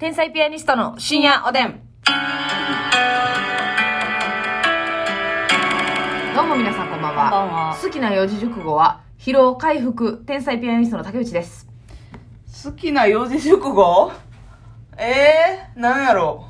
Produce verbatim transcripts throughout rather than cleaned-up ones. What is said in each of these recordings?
天才ピアニストの深夜おでん。どうも皆さんこんばんは。 こんばんは。 好きな四字熟語は疲労回復。天才ピアニストの竹内です。 好きな四字熟語えー、なんやろ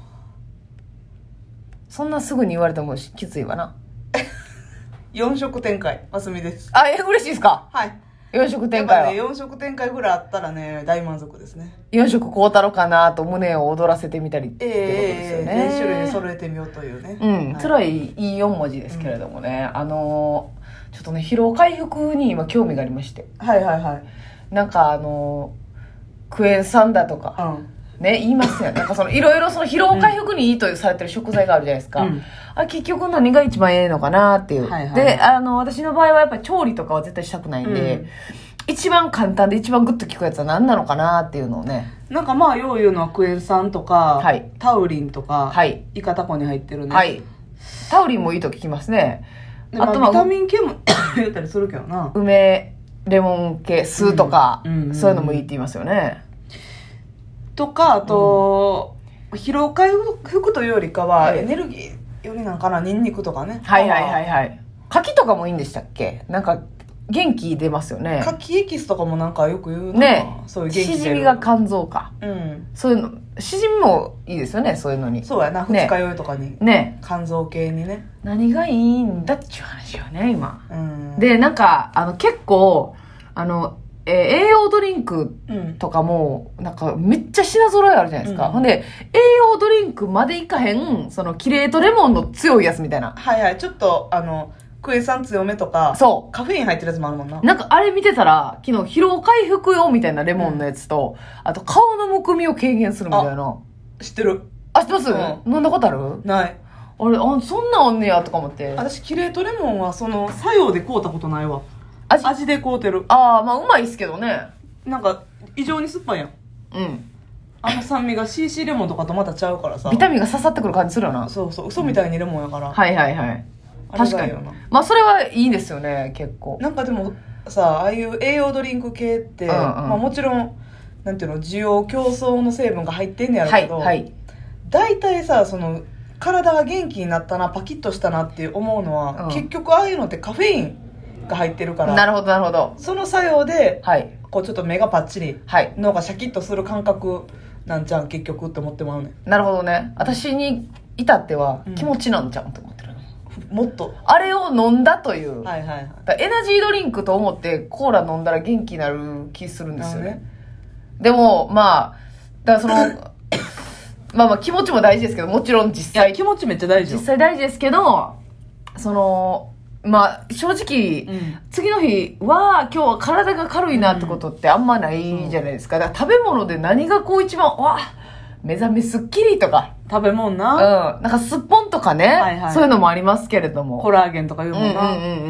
そんなすぐに言われてもきついわな。 四色展開ますみです。 あ、え、嬉しいですか？ はい。 四色展開は、 やっぱね、四色展開ぐらいあったらね、大満足ですね。 四色孝太郎かなと胸を躍らせてみたりってことですよね。 ええー、全種類に揃えてみようというね。 うん、 はい、 つらいいいよん文字ですけれどもね、うん、あのー、ちょっとね、疲労回復に今興味がありまして。 はいはいはい。 なんかあのー、クエン酸だとか、うん、ね、言いますよね。なんかその、いろいろその疲労回復にいいとされてる食材があるじゃないですか。うん、あ、結局何が一番ええのかなっていう。はいはい、で、あの、私の場合はやっぱり調理とかは絶対したくないんで、うん、一番簡単で一番グッと効くやつは何なのかなっていうのをね。 なんかまあ、よう言うのはクエン酸とか、はい、タウリンとか、はい、イカタコに入ってるね。 はい。タウリンもいいと聞きますね。 あと、まあ、ビタミン系も言ったりするけどな。 梅、レモン系、酢とか、うんうんうん、そういうのもいいって言いますよね。 とか、あと、うん、疲労回復というよりかは、はい、エネルギーよりなんかな、ニンニクとかね。 はいはいはいはい。牡蠣とかもいいんでしたっけ？なんか、元気出ますよね。 牡蠣エキスとかもなんかよく言うな。 ね。 そういう元気出る。 しじみが肝臓か。 うん。 そういうの、しじみもいいですよね、そういうのに。 そうやな、二日酔いとかに。 ね。 肝臓系にね。 何がいいんだっていう話よね、今。 うん。で、 なんか、あの、結構、あの、えー、栄養ドリンクとかも、なんかめっちゃ品揃えあるじゃないですか。うん、ほんで、栄養ドリンクまでいかへん、そのキレートレモンの強いやつみたいな。 はいはい、ちょっと、あの、クエン酸強めとか、そう。カフェイン入ってるやつもあるもんな。 なんかあれ見てたら、昨日疲労回復用みたいなレモンのやつと、うん、あと顔のむくみを軽減するみたいな。 知ってる。 あ、知ってます、うん、飲んだことある？ ない。 あれ、あ、そんなんあんねやとか思って。 私、キレートレモンはその、作用で買うたことないわ。味味で買うてる。 ああ、まあうまいっすけどね。 なんか、異常に酸っぱいやん。 うん。 あの酸味が シーシー レモンとかとまたちゃうからさ。 ビタミンが刺さってくる感じするよな。 そうそう。嘘みたいにレモンやから。 うん、はいはいはい。確かに。まあそれはいいですよね、結構。 なんかでもさ、ああいう栄養ドリンク系って、うんうん、まあもちろん、なんていうの、需要競争の成分が入ってんねやろうけど、はいはい、大体さ、その、体が元気になったな、パキッとしたなって思うのは、うん、結局ああいうのってカフェインが入ってるから。 なるほどなるほど。 その作用で、 はい、 こうちょっと目がパッチリ、はい、脳がシャキッとする感覚なんちゃん結局って思ってまうね。 なるほどね。私に至っては気持ちなんちゃうと思ってる、 うん、もっとあれを飲んだという、 はいはいはい、 だエナジードリンクと思ってコーラ飲んだら元気になる気するんですよね。でもまあだからそのまあまあ気持ちも大事ですけど、もちろん実際気持ちめっちゃ大事よ。 実際大事ですけど、そのまあ正直、うん、次の日は今日は体が軽いなってことってあんまないじゃないですか。だから食べ物で何がこう一番わ目覚めすっきりとか食べ物な、 うん、なんかすっぽんとかね、はいはい、そういうのもありますけれども、 コラーゲンとか言うもんな、うんうんうんうん、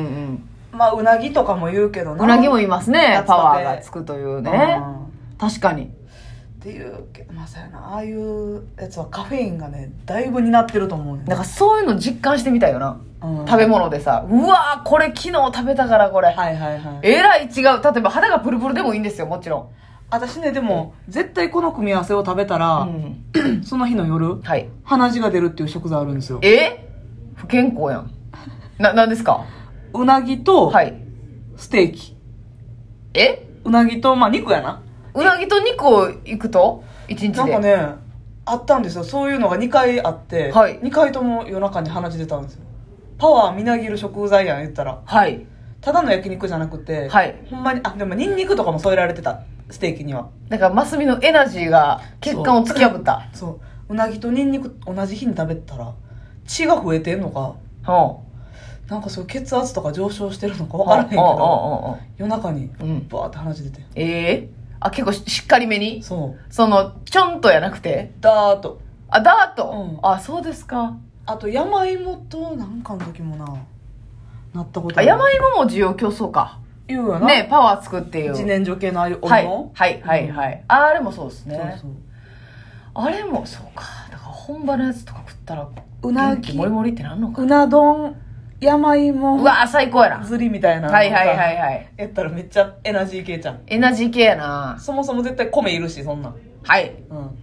まあうなぎとかも言うけどな、 うなぎもいますね、パワーがつくというね、うん、確かにっていうまあそうやな、ああいうやつはカフェインがねだいぶになってると思うね。 なんかそういうの実感してみたいよな、うん、食べ物でさ、うわーこれ昨日食べたからこれ、はいはいはい、えらい違う。例えば肌がプルプルでもいいんですよ、もちろん。 私ねでも、うん、絶対この組み合わせを食べたら、うん、その日の夜、はい、鼻血が出るっていう食材あるんですよ。 え不健康やん。な何ですか？ うなぎと、はい、ステーキ。 えうなぎとまあ肉やな。 うなぎと肉をいくといちにちでなんかねあったんですよ、そういうのがにかいあって、はい、にかいとも夜中に鼻血出たんですよ。パワーみなぎる食材やん言ったら、はい、ただの焼肉じゃなくて、はい、ほんまに、あでもニンニクとかも添えられてた、ステーキには。 だからマスミのエナジーが血管を突き破った。 そう、そう、うなぎとニンニク同じ日に食べたら血が増えてんのか、はあ、なんかそう血圧とか上昇してるのか分からへんけど、はあはあはあ、夜中にバーって鼻血出て、うん、 ええーあ、結構しっかりめに、そうそのちょんとやなくてダーッと、 あダーッと、うん、あそうですか。 あと山芋となんかの時もななったことある。あ山芋も需要競争か言うよなね、パワーつくっていう自然薯系のああいうお芋、 はいはいはいはい、うん、あれもそうですね。そうそうあれもそうか。だから本場のやつとか食ったらうなぎもりもりってなんのかな。 うな丼山芋うわ最高やなずりみたいな、 はいはいはいはいやったらめっちゃエナジー系じゃん。 エナジー系やな。 そもそも絶対米いるしそんなん、 はい、うん、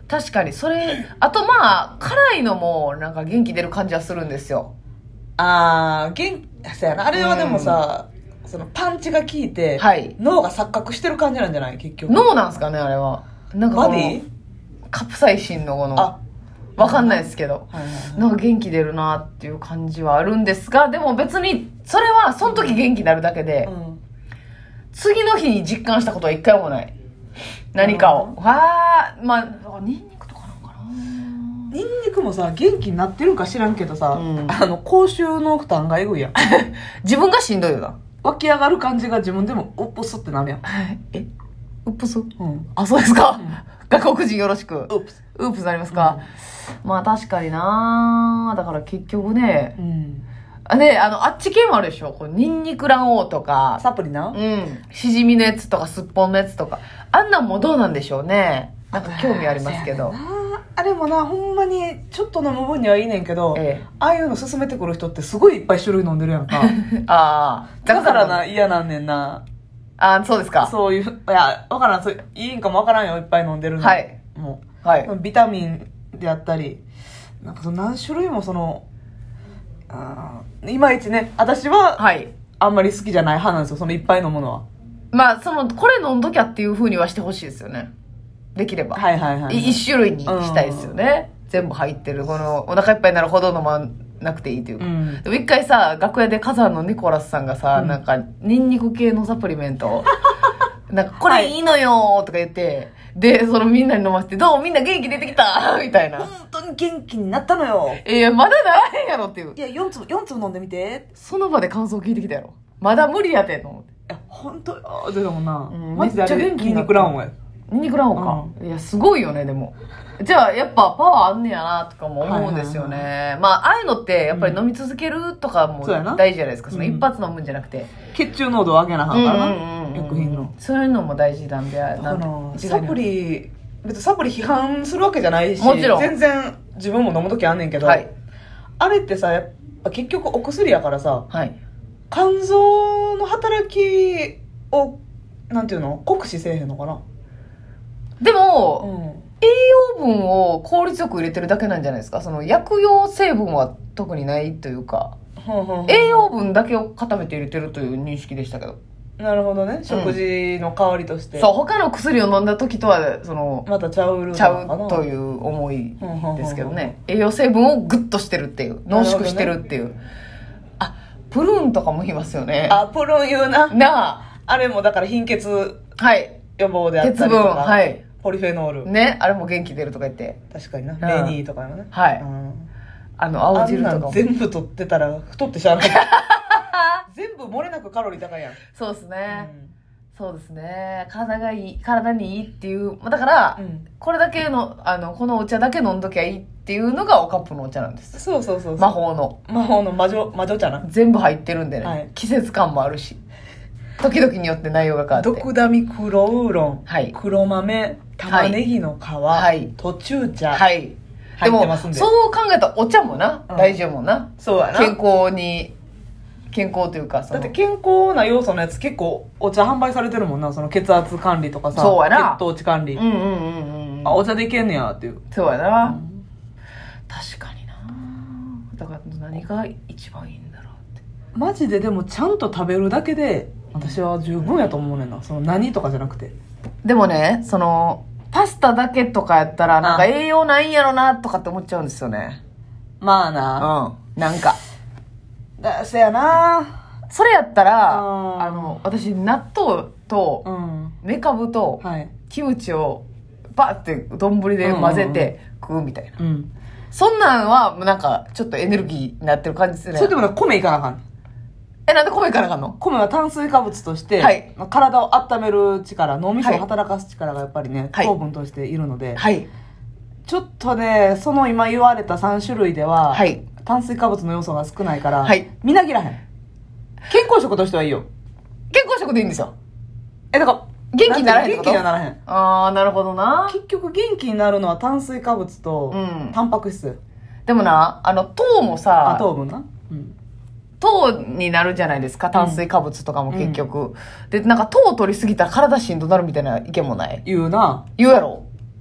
確かにそれあとまあ辛いのもなんか元気出る感じはするんですよ。 ああ元気そうやな。あれはでもさ、うん、そのパンチが効いて、はい、脳が錯覚してる感じなんじゃない結局。 脳なんですかねあれは。なんかバディカプサイシンのこのあわかんないですけど、はいはいはい、なんか元気出るなっていう感じはあるんですが、でも別にそれはその時元気になるだけで、うん、次の日に実感したことは一回もない。何かを。はあ、まあニンニクとかなのかな。 ニンニクもさ元気になってるか知らんけどさ、うん、あの口臭の負担がエグいやん。 自分がしんどいよな。 湧き上がる感じが自分でもうっぷすってなるやん。 えうっぷす、うん、あそうですか、うん、外国人よろしくうっぷすうっぷすなりますか、うん、まあ確かにな。だから結局ね、うん、あねあのあっち系もあるでしょ。こうニンニク卵黄とかサプリな、 うんしじみのやつとかすっぽんのやつとかあんなんもどうなんでしょうね。なんか興味ありますけど。 あれもなほんまにちょっと飲む分にはいいねんけど、ええ、ああいうの勧めてくる人ってすごいいっぱい種類飲んでるやんか。ああだからな嫌なんねんな。 あそうですか。 そういういやわからんそういいんかもわからんよいっぱい飲んでるの。はいもう、はい、ビタミンであったりなんかその何種類もそのあいまいちね私は、はい、あんまり好きじゃない派なんですよそのいっぱい飲むのは。 まあそのこれ飲んどきゃっていう風にはしてほしいですよねできれば。はいはいはい、はい、一種類にしたいですよね、うん、全部入ってるこのお腹いっぱいになるほど飲まなくていいというか、うん、でも一回さ楽屋で火山のニコラスさんがさ、うん、なんかニンニク系のサプリメントなんかこれいいのよとか言って、はい、でそのみんなに飲ませてどうみんな元気出てきたみたいな。 本当に元気になったのよ。 いやまだならへんやろっていう。 いやよん粒よん粒飲んでみて。 その場で感想聞いてきたやろ。まだ無理やてと思って。 いや本当よでもな、 うん、マジであれめっちゃ元気になった。ニンニク卵黄やニンニク卵黄か、うん、いやすごいよね。でもじゃあやっぱパワーあんねやなとかも思うんですよね、はいはいはい、まあああいうのってやっぱり飲み続けるとかも大事じゃないですか、うん、その一発飲むんじゃなくて、 血中濃度を上げなはんからな、うんうん、薬品のそういうのも大事なんでなんでサプリ別にサプリ批判するわけじゃないしもちろん全然自分も飲む時あんねんけど、はい、あれってさやっぱ結局お薬やからさ、はい、肝臓の働きをなんていうの酷使せえへんのかな。 でも、うん、栄養分を効率よく入れてるだけなんじゃないですか。その薬用成分は特にないというか、栄養分だけを固めて入れてるという認識でしたけど。 なるほどね。食事の代わりとして、 うん、そう他の薬を飲んだ時とはそのまたちゃうちゃうという思いですけどね。栄養成分をグッとしてるっていう濃縮してるっていう、ね、あプルーンとかも言いますよね。 あプルーン言うななああれもだから貧血予防であったりとか、鉄分はいポリフェノールねあれも元気出るとか言って確かにな、うん、メニーとかのねはい、うん、あの青汁とかも全部取ってたら太ってしゃあない全部漏れなくカロリー高いやん。 そうですね、うん、そうですね体がいい体にいいっていうだから、うん、これだけのあのこのお茶だけ飲んどきゃいいっていうのがおカップのお茶なんです。 そうそうそうそう魔法の魔法の魔女魔女茶な全部入ってるんでね、はい、季節感もあるし時々によって内容が変わって。 ドクダミ黒ウーロン、はい、黒豆玉ねぎの皮、はい、途中茶、はい、入ってますんで。 でもそう考えたらお茶もな、うん、大事もな。 そうやな。 健康に健康というかだって健康な要素のやつ結構お茶販売されてるもんな。その血圧管理とかさ、 そうやな、 血糖値管理、うんうんうんうん、あお茶でいけんねやっていう。 そうやな、うん、確かにな。だから何が一番いいんだろうって。 マジででもちゃんと食べるだけで私は十分やと思うねんな。その何とかじゃなくて。 でもねそのパスタだけとかやったらなんか栄養ないんやろなとかって思っちゃうんですよね。 まあなうんなんかだせやな。 それやったらあの私納豆とめかぶとキムチをバーって丼で混ぜて食うみたいな、うんうんうん、そんなんはなんかちょっとエネルギーになってる感じするね。 それでも米いかなあかん。 えなんで米いかなあかんの。 米は炭水化物として、はい、体を温める力脳みそを働かす力がやっぱりね、はい、糖分としているので、はい、ちょっとねその今言われたさん種類では、はい、炭水化物の要素が少ないから、はい、みなぎらへん。健康食としてはいいよ。 健康食でいいんですよ。 えだから元気にならへんってこと。元気にはならへん。 ああなるほどな。 結局元気になるのは炭水化物とタンパク質、うん、 でもなあの糖もさあ糖分な、うん糖になるじゃないですか炭水化物とかも結局、うん、でなんか糖を取りすぎたら体しんどなるみたいな意見もない。 言うな。 言うやろ。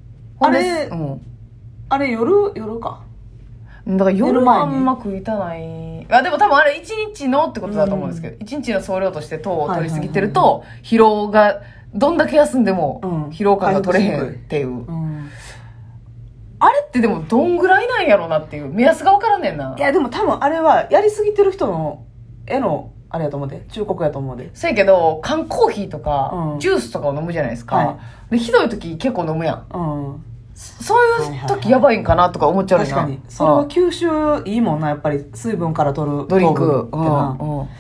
あれ、うん、あれ夜夜かだから夜あんま食いたないあでも多分あれいちにちのってことだと思うんですけど、うん、いちにちの総量として糖を取りすぎてると、はいはいはいはい、疲労がどんだけ休んでも疲労感が取れへんっていう、うんうん、あれってでもどんぐらいなんやろうなっていう目安が分からんねんな。 いやでも多分あれはやりすぎてる人の絵のあれやと思うで忠告やと思うで。 そうやけど缶コーヒーとか、うん、ジュースとかを飲むじゃないですか、はい、でひどい時結構飲むやん、うん、そういう時やばいんかなとか思っちゃうな。 確かにそれは吸収いいもんなやっぱり水分から取るドリンクってな、 うんうん、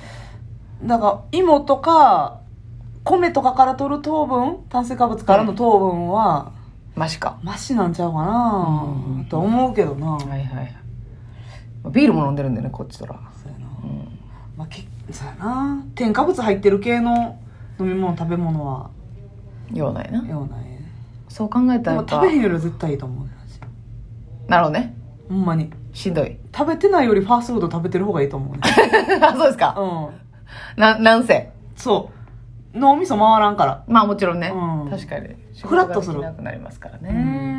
だから芋とか米とかから取る糖分炭水化物からの糖分は、 うん、マシかマシなんちゃうかな、うん、と思うけどな。 はいはいビールも飲んでるんだよねこっちとら。 そうやな、うんまあ、けそうやな添加物入ってる系の飲み物食べ物はようないなようない。 そう考えたらやっぱ食べへんよりは絶対いいと思う。 なるほどね。 ほんまにしんどい。 食べてないよりファーストフード食べてる方がいいと思うねあそうですか。うんななんせそう脳みそ回らんから。 まあもちろんね、うん、確かにフラッとするなくなりますからね、うん、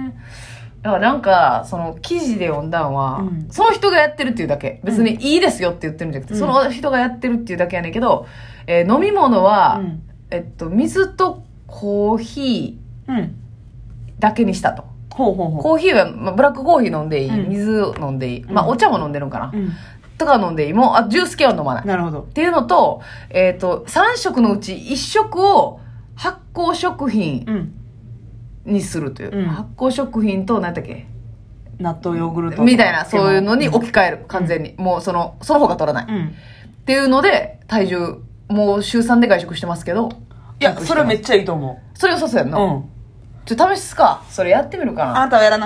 だからなんかその記事で読んだんは、うん、その人がやってるっていうだけ別にいいですよって言ってるんじゃなくて、うん、その人がやってるっていうだけやねんけど、えー、飲み物は、うんえっと、水とコーヒーだけにしたと、 ほうほうほう。 コーヒーは、まあ、ブラックコーヒー飲んでいい、うん、水飲んでいい、まあお茶も飲んでるんかな、うん、とか飲んでいい、もうあジュース系は飲まない。 なるほど。 っていうのと、えっとさん食のうちいっ食を発酵食品にするという、うん、発酵食品と何だっけ納豆ヨーグルトみたいなそういうのに置き換える、うん、完全にもうそのその方が取らない、うん、っていうので体重もう週さんで外食してますけど。 いやそれめっちゃいいと思う。 それ良さそうやんな、うん、ちょっと試すかそれやってみるかな。 あなたはやらな